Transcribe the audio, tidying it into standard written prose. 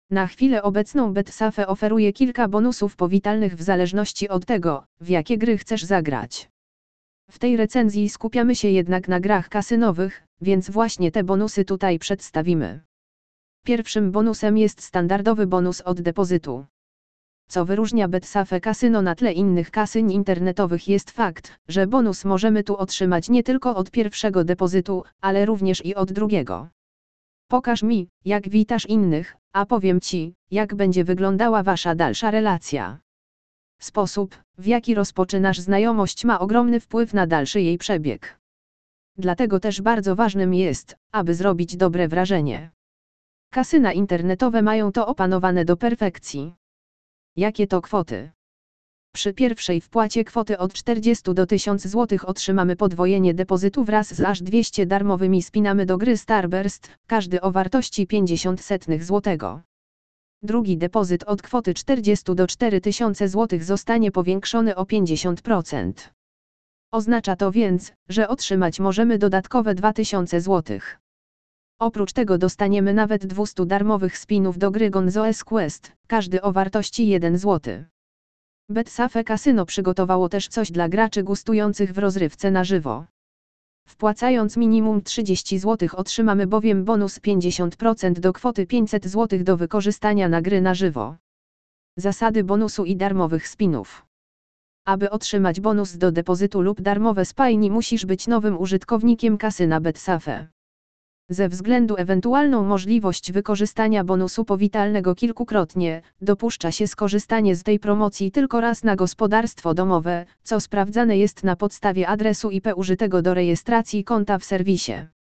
Na chwilę obecną Betsafe oferuje kilka bonusów powitalnych w zależności od tego, w jakie gry chcesz zagrać. W tej recenzji skupiamy się jednak na grach kasynowych, więc właśnie te bonusy tutaj przedstawimy. Pierwszym bonusem jest standardowy bonus od depozytu. Co wyróżnia Betsafe Casino na tle innych kasyn internetowych jest fakt, że bonus możemy tu otrzymać nie tylko od pierwszego depozytu, ale również i od drugiego. Pokaż mi, jak witasz innych, a powiem Ci, jak będzie wyglądała Wasza dalsza relacja. Sposób, w jaki rozpoczynasz znajomość, ma ogromny wpływ na dalszy jej przebieg. Dlatego też bardzo ważnym jest, aby zrobić dobre wrażenie. Kasyna internetowe mają to opanowane do perfekcji. Jakie to kwoty? Przy pierwszej wpłacie kwoty od 40 do 1000 zł otrzymamy podwojenie depozytu wraz z aż 200 darmowymi spinami do gry Starburst, każdy o wartości 0,50 zł. Drugi depozyt od kwoty 40 do 4000 zł zostanie powiększony o 50%. Oznacza to więc, że otrzymać możemy dodatkowe 2000 zł. Oprócz tego dostaniemy nawet 200 darmowych spinów do gry Gonzo's Quest, każdy o wartości 1 zł. Betsafe Casino przygotowało też coś dla graczy gustujących w rozrywce na żywo. Wpłacając minimum 30 zł otrzymamy bowiem bonus 50% do kwoty 500 zł do wykorzystania na gry na żywo. Zasady bonusu i darmowych spinów. Aby otrzymać bonus do depozytu lub darmowe spiny musisz być nowym użytkownikiem kasyna Betsafe. Ze względu ewentualną możliwość wykorzystania bonusu powitalnego kilkukrotnie, dopuszcza się skorzystanie z tej promocji tylko raz na gospodarstwo domowe, co sprawdzane jest na podstawie adresu IP użytego do rejestracji konta w serwisie.